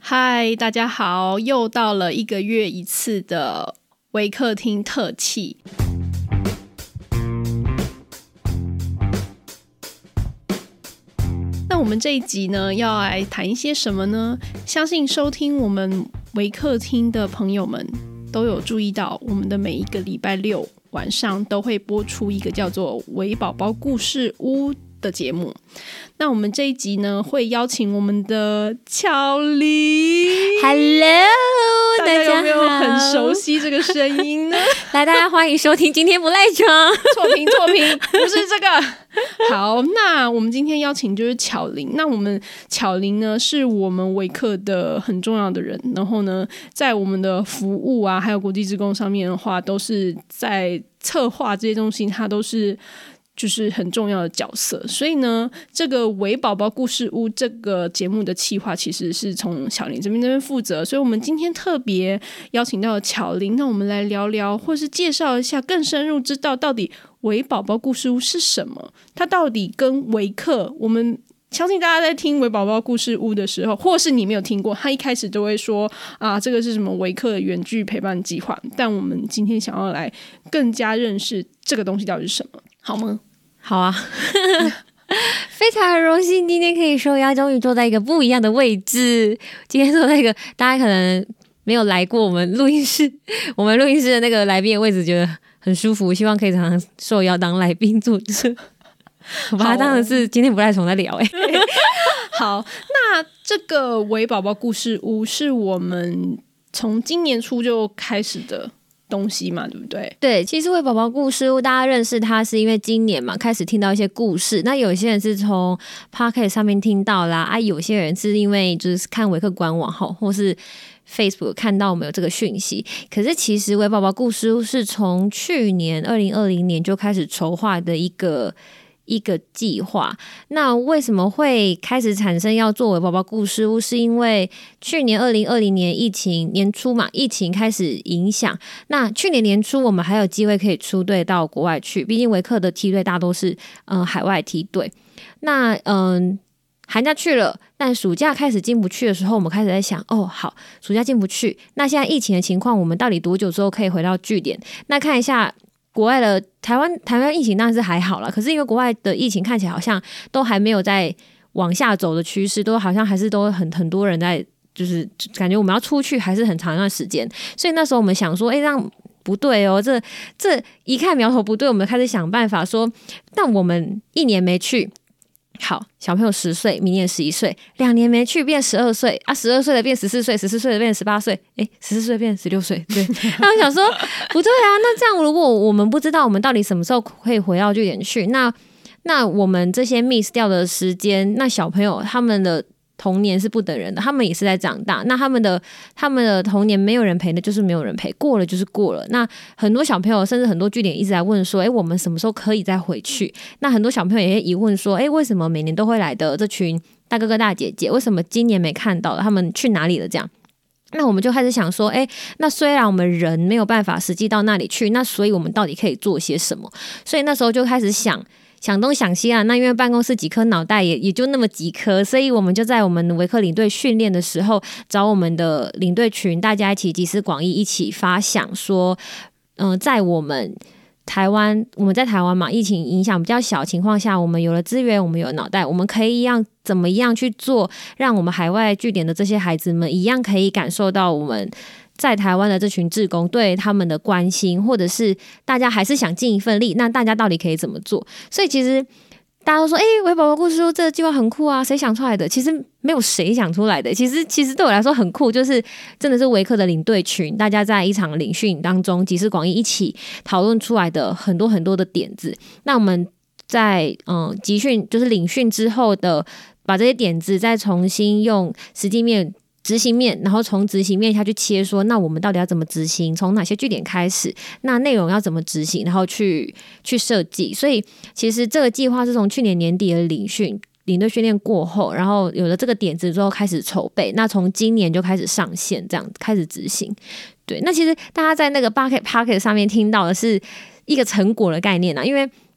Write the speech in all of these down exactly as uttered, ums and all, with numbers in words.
嗨，大家好，又到了一个月一次的微客厅特辑。那我们这一集呢，要来谈一些什么呢？相信收听我们微客厅的朋友们都有注意到，我们的每一个礼拜六晚上都会播出一个叫做微宝宝故事屋的节目。那我们这一集呢，会邀请我们的巧玲。 Hello， 大家有没有很熟悉这个声音呢？ 来，大家欢迎收听今天不赖床。 错评错评，不是这个。好，那我们今天邀请就是巧玲。那我们巧玲呢，是我们微客的很重要的人，然后呢，在我们的服务啊，还有国际志工上面的话，都是在策划这些东西，它都是就是很重要的角色。所以呢，这个微宝宝故事屋这个节目的企划其实是从巧玲这边这边负责，所以我们今天特别邀请到了巧玲，那我们来聊聊或是介绍一下，更深入知道到底微宝宝故事屋是什么，它到底跟微客，我们相信大家在听微宝宝故事屋的时候，或是你没有听过，他一开始都会说啊，这个是什么微客的远距陪伴计划，但我们今天想要来更加认识这个东西到底是什么，好吗？ 好啊。非常荣幸今天可以受邀，终于坐在一个不一样的位置。今天坐在一个大家可能没有来过我们录音室，我们录音室的那个来宾的位置，觉得很舒服，希望可以常常受邀当来宾坐这。我把它当然是今天不赖床在聊哎、欸。 好，那这个微宝宝故事屋是我们从今年初就开始的东西嘛，对不对？ 对，其实微宝宝故事屋大家认识它是因为今年嘛开始听到一些故事，那有些人是从 Podcast 上面听到啦，啊，有些人是因为就是看微客官网后或是 Facebook 看到我们有这个讯息。可是其实微宝宝故事屋是从去年二零二零年就开始筹划的一个一个计划。那为什么会开始产生要做微宝宝故事屋，是因为去年二零二零年疫情年初嘛，疫情开始影响。那去年年初我们还有机会可以出队到国外去，毕竟微客的梯队大多是嗯、呃、海外梯队。那嗯、呃、寒假去了，但暑假开始进不去的时候，我们开始在想，哦，好，暑假进不去，那现在疫情的情况，我们到底多久之后可以回到据点？那看一下国外的台湾台湾疫情当然是还好啦，可是因为国外的疫情看起来好像都还没有在往下走的趋势，都好像还是都很很多人在，就是感觉我们要出去还是很长一段时间。所以那时候我们想说，哎、欸，让不对哦，这这一看苗头不对，我们开始想办法说，那我们一年没去。好，小朋友十岁，明年十一岁，两年没去变十二岁啊，十二岁的变十四岁，十四岁的变十八岁，哎，十四岁变十六岁，对。那我想说，不对啊，那这样如果我们不知道我们到底什么时候可以回到据点去，那那我们这些 miss 掉的时间，那小朋友他们的童年是不等人的，他们也是在长大，那他们的他们的童年没有人陪的，就是没有人陪，过了就是过了。那很多小朋友甚至很多据点一直在问说，哎，我们什么时候可以再回去？那很多小朋友也会疑问说，哎，为什么每年都会来的这群大哥哥大姐姐，为什么今年没看到了？他们去哪里了？这样。那我们就开始想说，哎，那虽然我们人没有办法实际到那里去，那所以我们到底可以做些什么？所以那时候就开始想。想东想西啊，那因为办公室几颗脑袋也也就那么几颗，所以我们就在我们微客领队训练的时候，找我们的领队群，大家一起集思广益，一起发想说，嗯、呃，在我们台湾，我们在台湾嘛，疫情影响比较小的情况下，我们有了资源，我们有脑袋，我们可以一样怎么样去做，让我们海外据点的这些孩子们一样可以感受到我们在台湾的这群志工对他们的关心，或者是大家还是想尽一份力，那大家到底可以怎么做？所以其实大家都说，哎、欸，微宝宝故事屋这个计划很酷啊，谁想出来的？其实没有谁想出来的，其实其实对我来说很酷，就是真的是微客的领队群，大家在一场领训当中集思广益，一起讨论出来的很多很多的点子。那我们在嗯集训就是领训之后的，把这些点子再重新用实际面。执行面，然后从执行面下去切说，那我们到底要怎么执行？从哪些据点开始？那内容要怎么执行？然后去去设计。所以其实这个计划是从去年年底的领训领队训练过后，然后有了这个点子之后开始筹备。那从今年就开始上线，这样开始执行。对，那其实大家在那个 Pocket Pocket 上面听到的是一个成果的概念啊，因为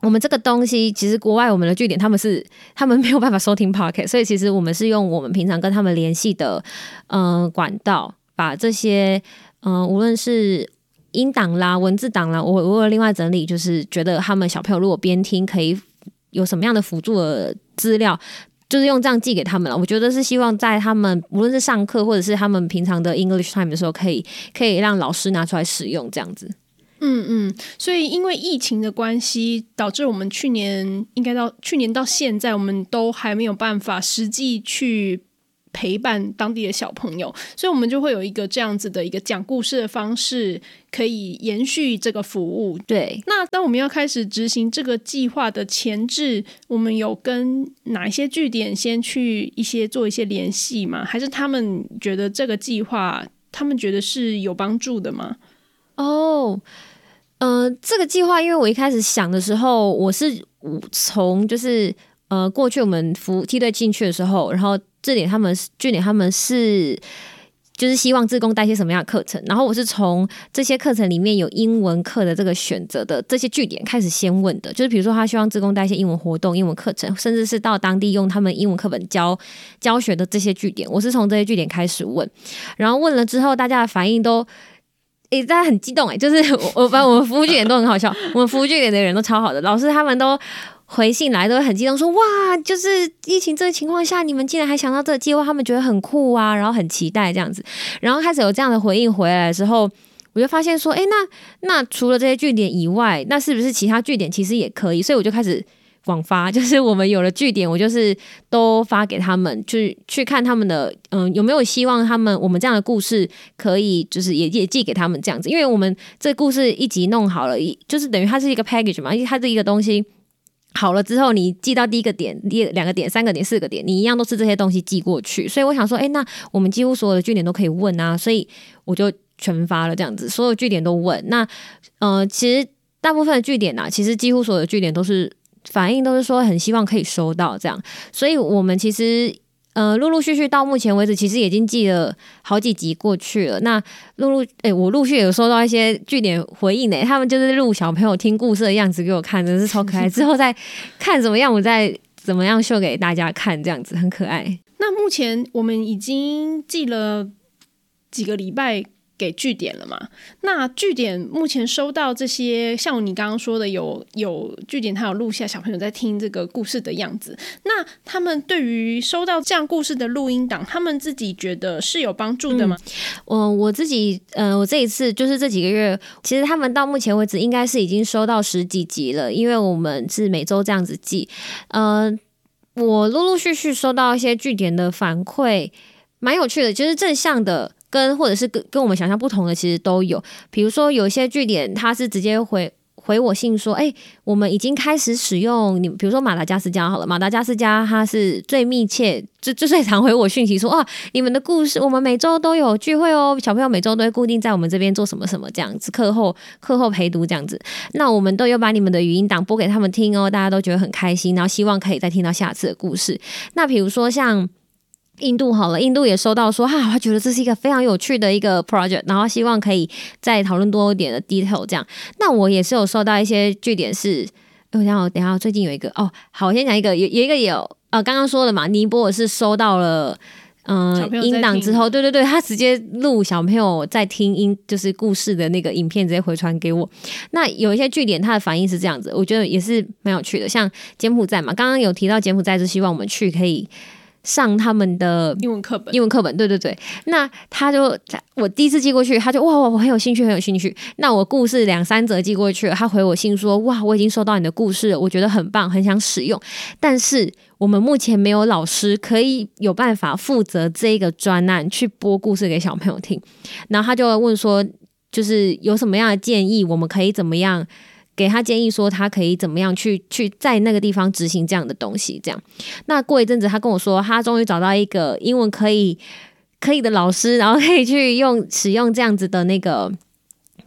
我们这个东西其实国外我们的据点他们是他们没有办法收听 Podcast， 所以其实我们是用我们平常跟他们联系的嗯、呃、管道，把这些嗯、呃、无论是音档啦文字档啦，我我有另外整理，就是觉得他们小朋友如果边听可以有什么样的辅助的资料，就是用这样寄给他们了。我觉得是希望在他们无论是上课或者是他们平常的 English time 的时候，可以可以让老师拿出来使用这样子。 嗯嗯，所以因为疫情的关系，导致我们去年应该到去年到现在，我们都还没有办法实际去陪伴当地的小朋友，所以我们就会有一个这样子的一个讲故事的方式，可以延续这个服务。 对， 那当我们要开始执行这个计划的前置，我们有跟哪一些据点先去一些做一些联系吗？还是他们觉得这个计划，他们觉得是有帮助的吗？ 哦。呃，这个计划，因为我一开始想的时候，我是从就是呃过去我们服务梯队进去的时候，然后这点他们据点他们是就是希望志工带些什么样的课程，然后我是从这些课程里面有英文课的这个选择的这些据点开始先问的，就是比如说他希望志工带一些英文活动、英文课程，甚至是到当地用他们英文课本教教学的这些据点，我是从这些据点开始问，然后问了之后，大家的反应都。诶，大家很激动诶，就是我我把我们服务据点都很好笑，我们服务据点的人都超好的，老师他们都回信来都会很激动说，哇，就是疫情这个情况下，你们竟然还想到这个计划，他们觉得很酷啊，然后很期待这样子，然后开始有这样的回应回来之后，我就发现说，诶，那那除了这些据点以外，那是不是其他据点其实也可以？所以我就开始。广发，就是我们有了据点，我就是都发给他们，去去看他们的，嗯，有没有希望他们我们这样的故事可以，就是也也寄给他们这样子，因为我们这故事一集弄好了，就是等于它是一个 package 嘛，它这一个东西好了之后，你寄到第一个点、第两个点、三个点、四个点，你一样都是这些东西寄过去，所以我想说，哎，那我们几乎所有的据点都可以问啊，所以我就全发了这样子，所有据点都问。那呃，其实大部分的据点啊，其实几乎所有的据点都是。反应都是说很希望可以收到这样，所以我们其实呃陆陆续续到目前为止，其实已经寄了好几集过去了。那陆陆诶，我陆续有收到一些据点回应呢，他们就是录小朋友听故事的样子给我看，真是超可爱。之后再看怎么样，我再怎么样秀给大家看，这样子很可爱。 那目前我们已经寄了几个礼拜。给据点了嘛？那据点目前收到这些，像你刚刚说的有，有有据点，他有录下小朋友在听这个故事的样子。那他们对于收到这样故事的录音档，他们自己觉得是有帮助的吗？ 嗯，我我自己，呃，我这一次就是这几个月，其实他们到目前为止应该是已经收到十几集了，因为我们是每周这样子寄。呃，我陆陆续续收到一些据点的反馈，蛮有趣的，就是正向的。跟或者是跟跟我们想象不同的其实都有，比如说有一些据点它是直接回回我信说，哎、欸，我们已经开始使用你，比如说马达加斯加好了，马达加斯加它是最密切，就就最常回我讯息说，哦，你们的故事我们每周都有聚会哦，小朋友每周都会固定在我们这边做什么什么这样子，课后课后陪读这样子，那我们都有把你们的语音档播给他们听哦，大家都觉得很开心，然后希望可以再听到下次的故事。那比如说像。印度好了，印度也收到说，哈、啊，他觉得这是一个非常有趣的一个 project， 然后希望可以再讨论多一点的 detail 这样。那我也是有收到一些据点是，我想等一下最近有一个哦，好，我先讲一个，有有一个也有呃，刚刚说的嘛，尼泊尔是收到了嗯、呃、音档之后，对对对，他直接录小朋友在听音就是故事的那个影片，直接回传给我。那有一些据点他的反应是这样子，我觉得也是蛮有趣的，像柬埔寨嘛，刚刚有提到柬埔寨是希望我们去可以。上他们的英文课本， 英文课本，对对对。那他就我第一次寄过去，他就哇，我很有兴趣，很有兴趣。那我故事两三则寄过去了，他回我信说，哇，我已经收到你的故事了，我觉得很棒，很想使用。但是我们目前没有老师可以有办法负责这个专案去播故事给小朋友听。然后他就问说，就是有什么样的建议，我们可以怎么样？给他建议说他可以怎么样去去在那个地方执行这样的东西这样。那过一阵子他跟我说他终于找到一个英文可以可以的老师，然后可以去用使用这样子的那个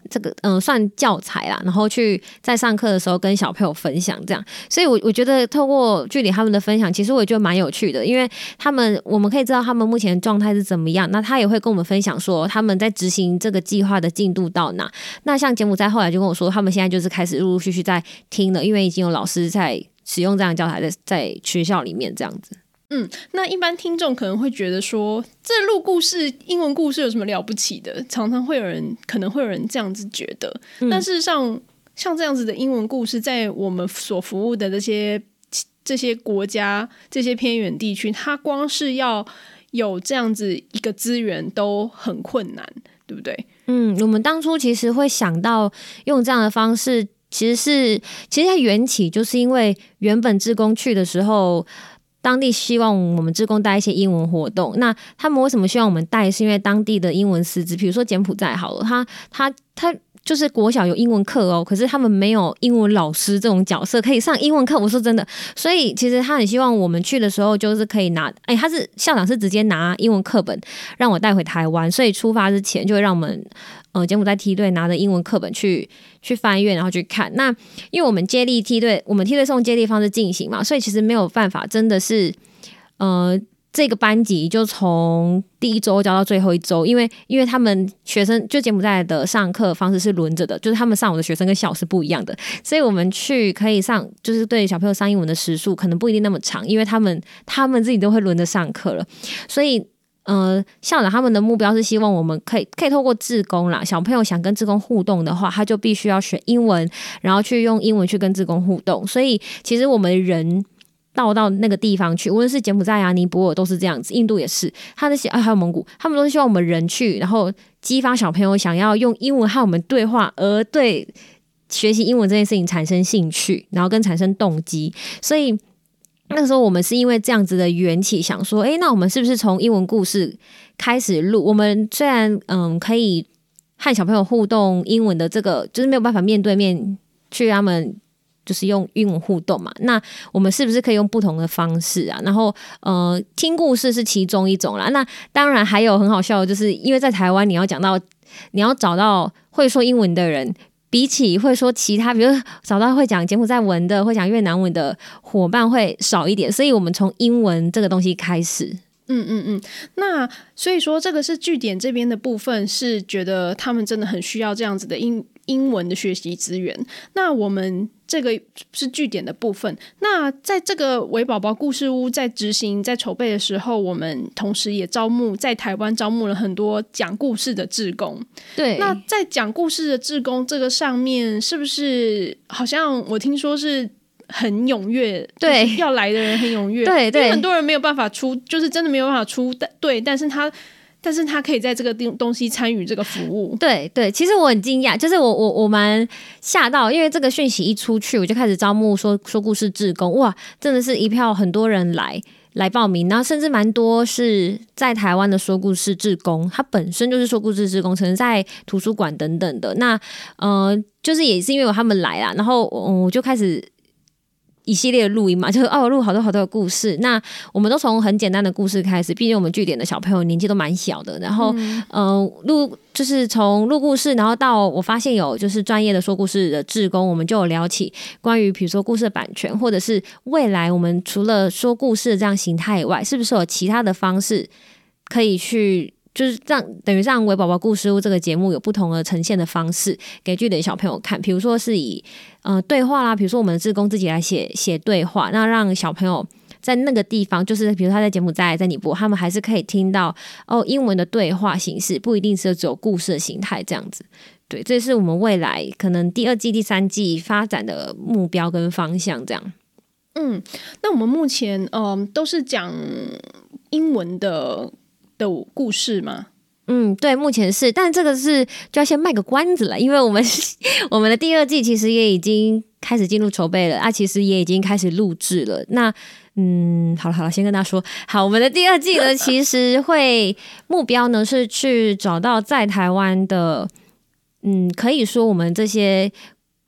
这个嗯、呃、算教材啦，然后去在上课的时候跟小朋友分享这样。所以我我觉得透过据点他们的分享，其实我也觉得蛮有趣的，因为他们我们可以知道他们目前的状态是怎么样，那他也会跟我们分享说他们在执行这个计划的进度到哪。那像柬埔寨后来就跟我说，他们现在就是开始陆陆续续在听了，因为已经有老师在使用这样的教材在在学校里面这样子。 嗯，那一般听众可能会觉得说，这录故事英文故事有什么了不起的？常常会有人可能会有人这样子觉得，嗯、但事实上像这样子的英文故事，在我们所服务的这些这些国家、这些偏远地区，它光是要有这样子一个资源都很困难，对不对？ 嗯，我们当初其实会想到用这样的方式，其实是其实它缘起就是因为原本志工去的时候，当地希望我们志工带一些英文活动。那他们为什么希望我们带？是因为当地的英文师资，比如说柬埔寨好了，他他他就是国小有英文课哦，可是他们没有英文老师这种角色可以上英文课。我说真的，所以其实他很希望我们去的时候就是可以拿，哎，他是校长是直接拿英文课本让我带回台湾，所以出发之前就会让我们呃柬埔寨梯队拿着英文课本去去翻阅，然后去看。那因为我们接力梯队，我们梯队是用接力方式进行嘛，所以其实没有办法，真的是呃。这个班级就从第一周教到最后一周，因为因为他们学生就柬埔寨的上课方式是轮着的，就是他们上午的学生跟下午是不一样的，所以我们去可以上，就是对小朋友上英文的时数可能不一定那么长，因为他们他们自己都会轮着上课了，所以呃，校长他们的目标是希望我们可以可以透过志工啦，小朋友想跟志工互动的话，他就必须要学英文，然后去用英文去跟志工互动，所以其实我们人。到到那个地方去，无论是柬埔寨啊、尼泊尔都是这样子，印度也是，他的啊还有蒙古，他们都是希望我们人去，然后激发小朋友想要用英文和我们对话，而对学习英文这件事情产生兴趣，然后跟产生动机。所以那个时候我们是因为这样子的缘起，想说，哎，那我们是不是从英文故事开始录？我们虽然嗯可以和小朋友互动，英文的这个就是没有办法面对面去他们。就是用英文互动嘛，那我们是不是可以用不同的方式啊？然后呃，听故事是其中一种啦。那当然还有很好笑的，就是因为在台湾，你要讲到你要找到会说英文的人，比起会说其他，比如找到会讲柬埔寨文的、会讲越南文的伙伴会少一点，所以我们从英文这个东西开始。 嗯嗯嗯，那所以说这个是据点这边的部分，是觉得他们真的很需要这样子的英英文的学习资源。那我们这个是据点的部分。那在这个微宝宝故事屋在执行在筹备的时候，我们同时也招募在台湾招募了很多讲故事的志工。 对， 那在讲故事的志工这个上面，是不是好像我听说是？很踊跃， 对、 就是、要来的人很踊跃， 对对， 因为很多人没有办法出，就是真的没有办法出对，但是他但是他可以在这个东西参与这个服务， 对对。其实我很惊讶，就是我我我蛮吓到，因为这个讯息一出去，我就开始招募说说故事志工，哇，真的是一票很多人来来报名，然后甚至蛮多是在台湾的说故事志工，他本身就是说故事志工，可能在图书馆等等的。那呃，就是也是因为有他们来啦，然后我我就开始。一系列的录音嘛，就是哦录好多好多的故事。那我们都从很简单的故事开始，毕竟我们据点的小朋友年纪都蛮小的。然后，嗯、呃，录就是从录故事，然后到我发现有就是专业的说故事的志工，我们就有聊起关于比如说故事的版权，或者是未来我们除了说故事的这样形态以外，是不是有其他的方式可以去。就是让等于让微宝宝故事屋这个节目有不同的呈现的方式给据点小朋友看，比如说是以呃对话啦，比如说我们的志工自己来写写对话，那让小朋友在那个地方，就是比如他在柬埔寨在尼泊尔，他们还是可以听到哦英文的对话形式，不一定是只有故事的形态这样子。对，这是我们未来可能第二季、第三季发展的目标跟方向这样。 嗯，那我们目前嗯、呃、都是讲英文的。的故事吗？ 嗯，对，目前是，但这个是就要先卖个关子了，因为我们我们的第二季其实也已经开始进入筹备了啊，其实也已经开始录制了。那嗯，好了好了，先跟大家说，好，我们的第二季呢，其实会目标呢是去找到在台湾的，嗯，可以说我们这些。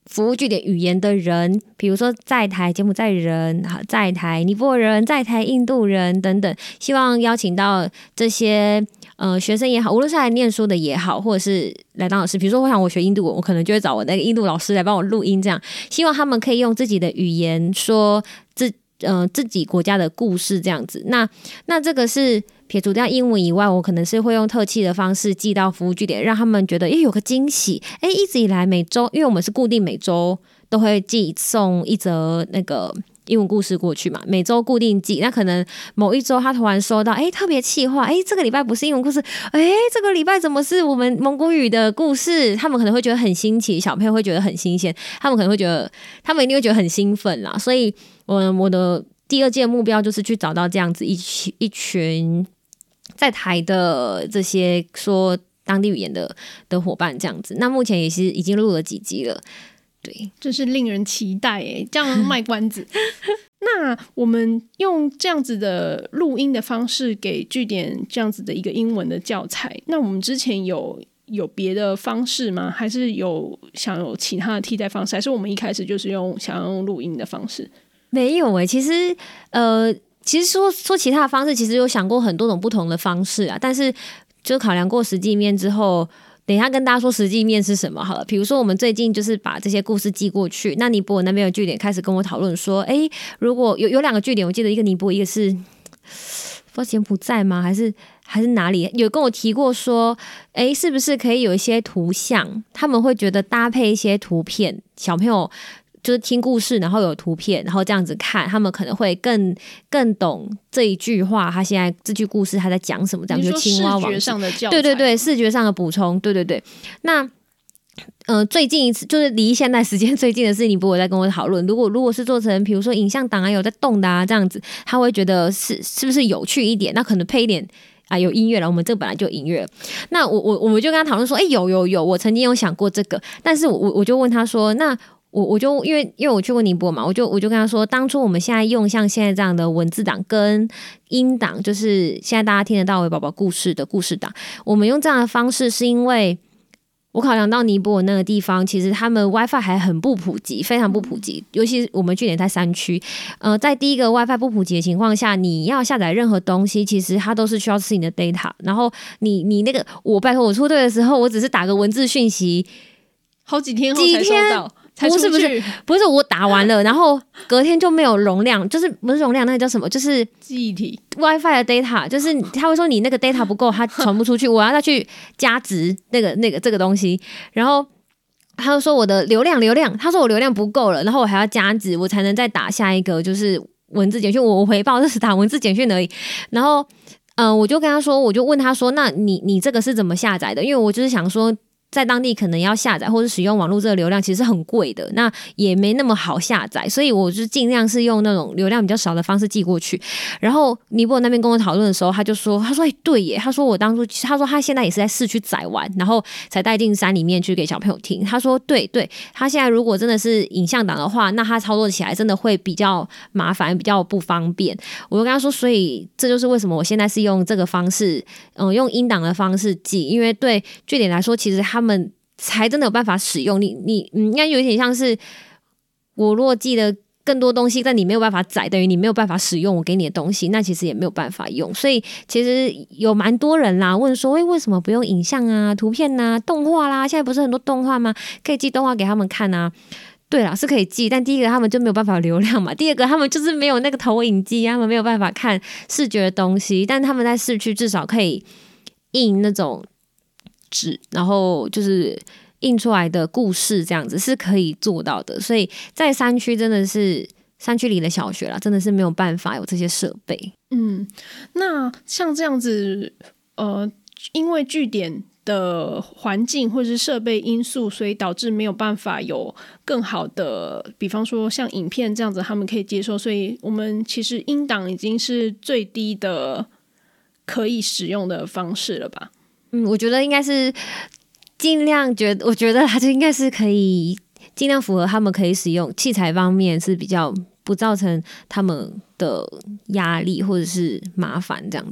服务据点语言的人，比如说在台柬埔寨人、在台尼泊尔人、在台印度人等等，希望邀请到这些呃学生也好，无论是来念书的也好，或者是来当老师。比如说，我想我学印度文，我可能就会找我那个印度老师来帮我录音，这样希望他们可以用自己的语言说自呃自己国家的故事，这样子。那那这个是。撇除掉英文以外，我可能是会用特气的方式寄到服务据点，让他们觉得诶有个惊喜。诶一直以来每周，因为我们是固定每周都会寄送一则那个英文故事过去嘛，每周固定寄。那可能某一周他突然收到诶特别企划，诶这个礼拜不是英文故事，诶这个礼拜怎么是我们蒙古语的故事，他们可能会觉得很新奇，小朋友会觉得很新鲜，他们可能会觉得他们一定会觉得很兴奋啦。所以我我的第二届目标就是去找到这样子一群一群在台的这些说当地语言的的伙伴，这样子。那目前也是已经录了几集了，对， 真是令人期待耶！这样卖关子。那我们用这样子的录音的方式给据点这样子的一个英文的教材，那我们之前有有别的方式吗？还是有想有其他的替代方式？还是我们一开始就是用想要用录音的方式？ 没有诶，其实呃。其实说说其他的方式，其实有想过很多种不同的方式啊，但是就考量过实际面之后，等一下跟大家说实际面是什么好了。比如说我们最近就是把这些故事寄过去，那尼泊尔那边的据点开始跟我讨论说，诶如果有有两个据点，我记得一个尼泊尔，一个是不知道柬埔寨吗？还是还是哪里？有跟我提过说，诶是不是可以有一些图像？他们会觉得搭配一些图片，小朋友。就是听故事，然后有图片，然后这样子看，他们可能会更更懂这一句话，他现在这句故事他在讲什么？这样就青蛙王子， 视觉上的教材， 对对对，视觉上的补充，对对对。那呃，最近一次就是离现在时间最近的是尼泊尔在跟我讨论，如果如果是做成比如说影像档啊，有在动的啊这样子，他会觉得是是不是有趣一点？那可能配一点。啊，有音乐了，我们这个本来就有音乐了。那我我我们就跟他讨论说，哎、欸，有有有，我曾经有想过这个，但是我我就问他说，那我我就因为因为我去过尼泊尔嘛，我就我就跟他说，当初我们现在用像现在这样的文字档跟音档，就是现在大家听得到韦宝宝故事的故事档，我们用这样的方式是因为。我考量到尼泊尔那个地方，其实他们 WiFi 还很不普及，非常不普及，尤其我们据点在山区。呃，在第一个 WiFi 不普及的情况下，你要下载任何东西，其实它都是需要吃你的 data。然后你你那个，我拜托我出队的时候，我只是打个文字讯息， 好几天后才收到。 不是不是不是，我打完了，然后隔天就没有容量，就是不是容量，那个叫什么？就是记忆体 WiFi 的 data， 就是他会说你那个 data 不够，它传不出去，我要再去加值那个那个这个东西，然后他就说我的流量流量，他说我流量不够了，然后我还要加值，我才能再打下一个就是文字简讯，我回报就是打文字简讯而已，然后嗯、呃，我就跟他说，我就问他说，那你你这个是怎么下载的？因为我就是想说。在当地可能要下载或者使用网络这个流量其实很贵的，那也没那么好下载，所以我就尽量是用那种流量比较少的方式寄过去。然后尼泊尔那边跟我讨论的时候，他就说，他说哎、欸、对耶，他说我当初他说他现在也是在市区载完，然后才带进山里面去给小朋友听。他说对对，他现在如果真的是影像档的话，那他操作起来真的会比较麻烦，比较不方便。我就跟他说，所以这就是为什么我现在是用这个方式，嗯，用音档的方式寄，因为对据点来说，其实他。他们才真的有办法使用你，你嗯，应该有点像是我如果记得更多东西，但你没有办法载，等于你没有办法使用我给你的东西，那其实也没有办法用。所以其实有蛮多人啦问说，哎、欸，为什么不用影像啊、图片啊、动画啦？现在不是很多动画吗？可以寄动画给他们看啊。对啦，是可以寄，但第一个他们就没有办法有流量嘛，第二个他们就是没有那个投影机，他们没有办法看视觉的东西，但他们在市区至少可以印那种。纸，然后就是印出来的故事，这样子是可以做到的。所以在山区真的是山区里的小学啦，真的是没有办法有这些设备。 嗯，那像这样子，呃，因为据点的环境或是设备因素，所以导致没有办法有更好的，比方说像影片这样子，他们可以接受。所以我们其实音档已经是最低的可以使用的方式了吧？ 嗯，我觉得应该是尽量觉得，我觉得它就应该是可以尽量符合他们可以使用器材方面是比较不造成他们的压力或者是麻烦这样子。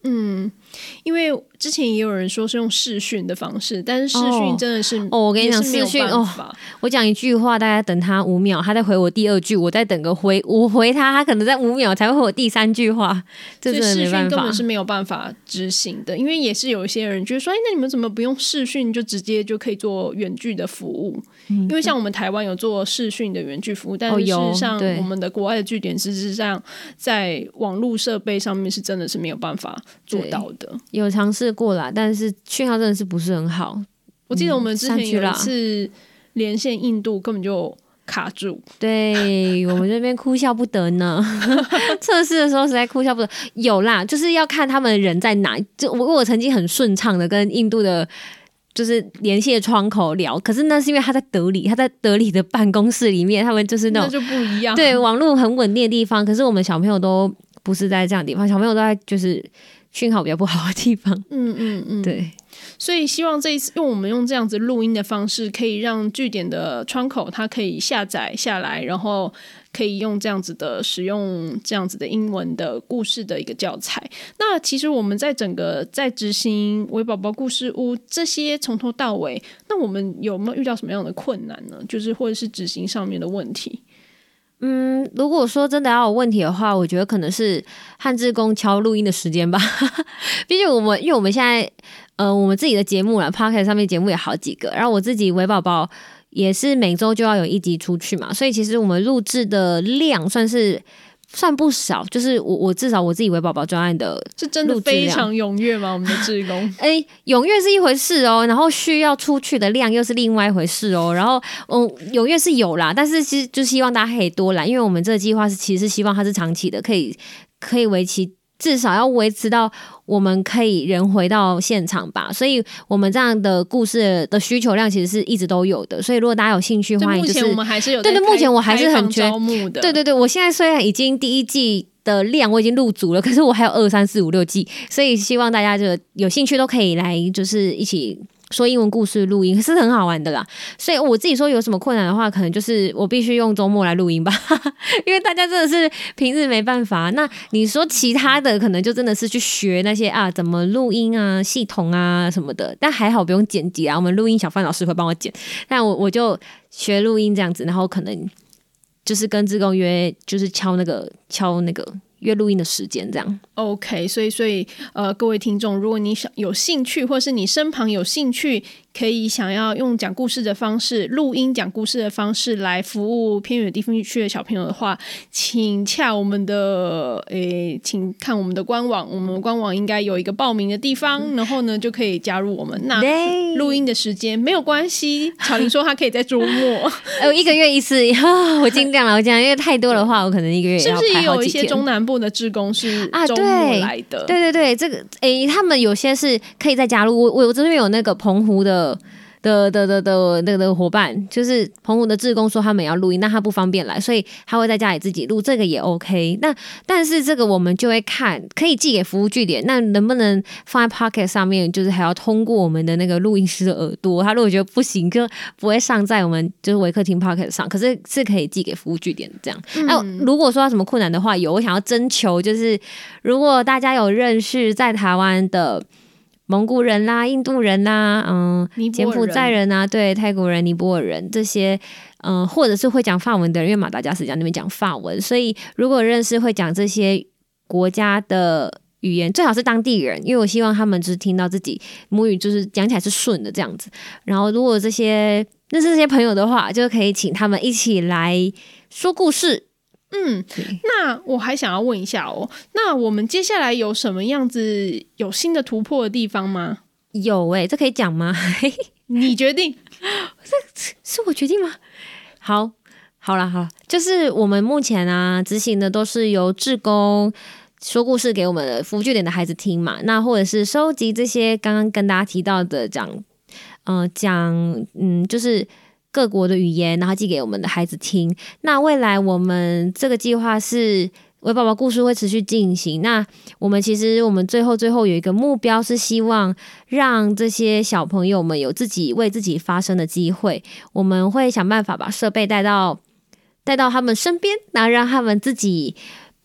嗯，因为之前也有人说是用视讯的方式，但是视讯真的是哦，我跟你讲视讯哦，我讲一句话，大概等他五秒，他再回我第二句，我再等个回我回他，他可能在五秒才会回我第三句话，这真的没办法。 所以视讯根本是没有办法执行的，因为也是有一些人觉得说，哎，那你们怎么不用视讯就直接就可以做远距的服务？嗯、因为像我们台湾有做视讯的远距服务，但是事实上我们的国外的据点事实上在网络设备上面是真的是没有办法做到的。 有尝试过啦，但是讯号真的是不是很好。 我记得我们之前有一次连线印度根本就卡住， 对我们这边哭笑不得呢。测试的时候实在哭笑不得。有啦，就是要看他们人在哪。就我我曾经很顺畅的跟印度的就是连线窗口聊，可是那是因为他在德里，他在德里的办公室里面，他们就是那种那就不一样， 对，网络很稳定的地方。可是我们小朋友都不是在这样的地方，小朋友都在就是讯号比较不好的地方。 嗯嗯嗯， 对。 所以希望这一次用我们用这样子录音的方式，可以让据点的窗口它可以下载下来，然后可以用这样子的使用这样子的英文的故事的一个教材。那其实我们在整个在执行微宝宝故事屋这些从头到尾，那我们有没有遇到什么样的困难呢？就是或者是执行上面的问题？ 嗯，如果说真的要有问题的话，我觉得可能是汉志工敲录音的时间吧。毕竟我们因为我们现在呃我们自己的节目啦 Podcast 上面节目也好几个，然后我自己微宝宝也是每周就要有一集出去嘛，所以其实我们录制的量算是算不少，就是我我至少我自己微宝宝专案的是真的非常踊跃吗？我们的志工哎，踊跃是一回事哦，然后需要出去的量又是另外一回事哦。然后嗯，踊跃是有啦，但是其实就希望大家可以多来，因为我们这个计划是其实是希望它是长期的，可以可以为期至少要维持到我们可以人回到现场吧，所以我们这样的故事的需求量其实是一直都有的。所以如果大家有兴趣，欢迎就是目前我们还是有对对，目前我还是很缺招募的。 对对对，我现在虽然已经第一季的量我已经入足了，可是我还有二三四五六季，所以希望大家就有兴趣都可以来，就是一起说英文故事录音是很好玩的啦。所以我自己说有什么困难的话，可能就是我必须用周末来录音吧，因为大家真的是平日没办法。那你说其他的可能就真的是去学那些啊怎么录音啊系统啊什么的，但还好不用剪辑啊，我们录音小范老师会帮我剪，但我我就学录音这样子，然后可能就是跟志工约，就是敲那个敲那个约录音的时间这样。 OK， 所以所以呃，各位听众，如果你想有兴趣，或是你身旁有兴趣，可以想要用讲故事的方式、录音讲故事的方式来服务偏远地区的小朋友的话，请洽我们的诶，请看我们的官网，我们的官网应该有一个报名的地方，然后呢就可以加入我们。那录音的时间没有关系，巧玲说她可以在周末， 呃，一个月一次，我尽量了，我尽量，因为太多的话，我可能一个月也要排好几天。 是不是也有一些中南部的志工是周末来的？ 对对对，这个诶，他们有些是可以再加入。我我这边有那个澎湖的。的的的的那个伙伴，就是澎湖的志工说他们要录音，那他不方便来，所以他会在家里自己录，这个也 OK。那但是这个我们就会看，可以寄给服务据点，那能不能放在 Pocket 上面，就是还要通过我们的那个录音师的耳朵，他如果觉得不行，就不会上在我们就是微客厅 Pocket 上，可是是可以寄给服务据点这样。那、嗯、如果说有什么困难的话，有我想要征求，就是如果大家有认识在台湾的蒙古人啦、印度人啦、嗯、柬埔寨人啊，对，泰国人、尼泊尔人这些，嗯，或者是会讲法文的人，因为马达加斯加那边讲法文，所以如果认识会讲这些国家的语言，最好是当地人，因为我希望他们就是听到自己母语就是讲起来是顺的这样子。然后如果这些认识这些朋友的话，就可以请他们一起来说故事。 嗯，那我还想要问一下哦，那我们接下来有什么样子有新的突破的地方吗？ 有欸，这可以讲吗？ 你决定。 是是我决定吗？好，好啦，好，就是我们目前啊执行的都是由志工说故事给我们的服务据点的孩子听嘛，那或者是收集这些刚刚跟大家提到的讲，呃，讲，嗯，就是各国的语言，然后寄给我们的孩子听。那未来我们这个计划是微宝宝故事会持续进行。那我们其实我们最后最后有一个目标，是希望让这些小朋友们有自己为自己发声的机会。我们会想办法把设备带到带到他们身边，然后让他们自己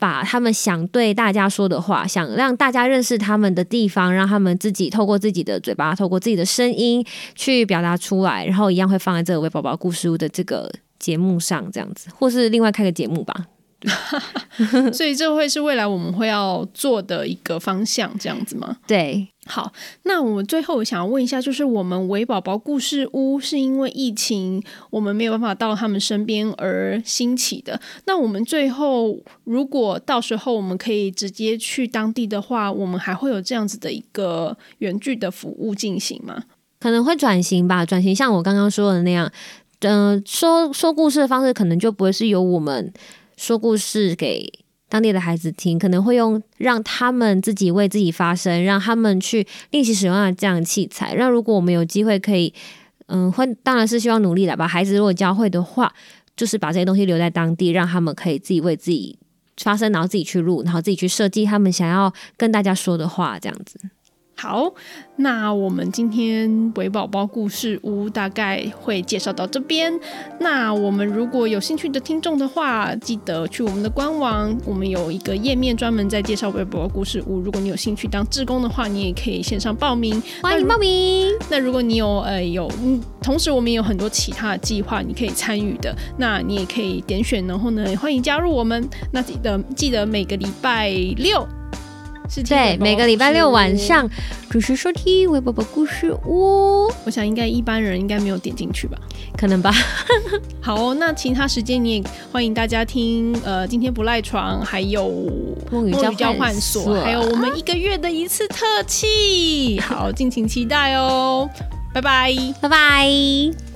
把他们想对大家说的话，想让大家认识他们的地方，让他们自己透过自己的嘴巴，透过自己的声音去表达出来，然后一样会放在这个微宝宝故事屋的这个节目上，这样子，或是另外开个节目吧。 所以这会是未来我们会要做的一个方向，这样子吗？ 对。 好，那我最后想要问一下，就是我们微宝宝故事屋是因为疫情我们没有办法到他们身边而兴起的，那我们最后如果到时候我们可以直接去当地的话，我们还会有这样子的一个远距的服务进行吗？ 可能会转型吧，转型像我刚刚说的那样，嗯、呃，说说故事的方式可能就不会是由我们说故事给当地的孩子听，可能会用让他们自己为自己发声，让他们去练习使用这样的器材。让如果我们有机会可以，嗯，会当然是希望努力的把孩子如果教会的话，就是把这些东西留在当地，让他们可以自己为自己发声，然后自己去录，然后自己去设计他们想要跟大家说的话，这样子。 好，那我们今天微宝宝故事屋大概会介绍到这边。那我们如果有兴趣的听众的话，记得去我们的官网，我们有一个页面专门在介绍微宝宝故事屋。如果你有兴趣当志工的话，你也可以线上报名， 欢迎报名。 那如果你有呃有，同时我们也有很多其他的计划你可以参与的，那你也可以点选，然后呢，欢迎加入我们。那记得记得每个礼拜六。 对，每个礼拜六晚上准时收听微宝宝故事屋。 我想应该一般人应该没有点进去吧， 可能吧。 好、哦，那其他时间你也欢迎大家听，呃，今天不赖床，还有梦语交换所， 还有我们一个月的一次特辑。好，敬请期待哦，拜拜， 拜拜。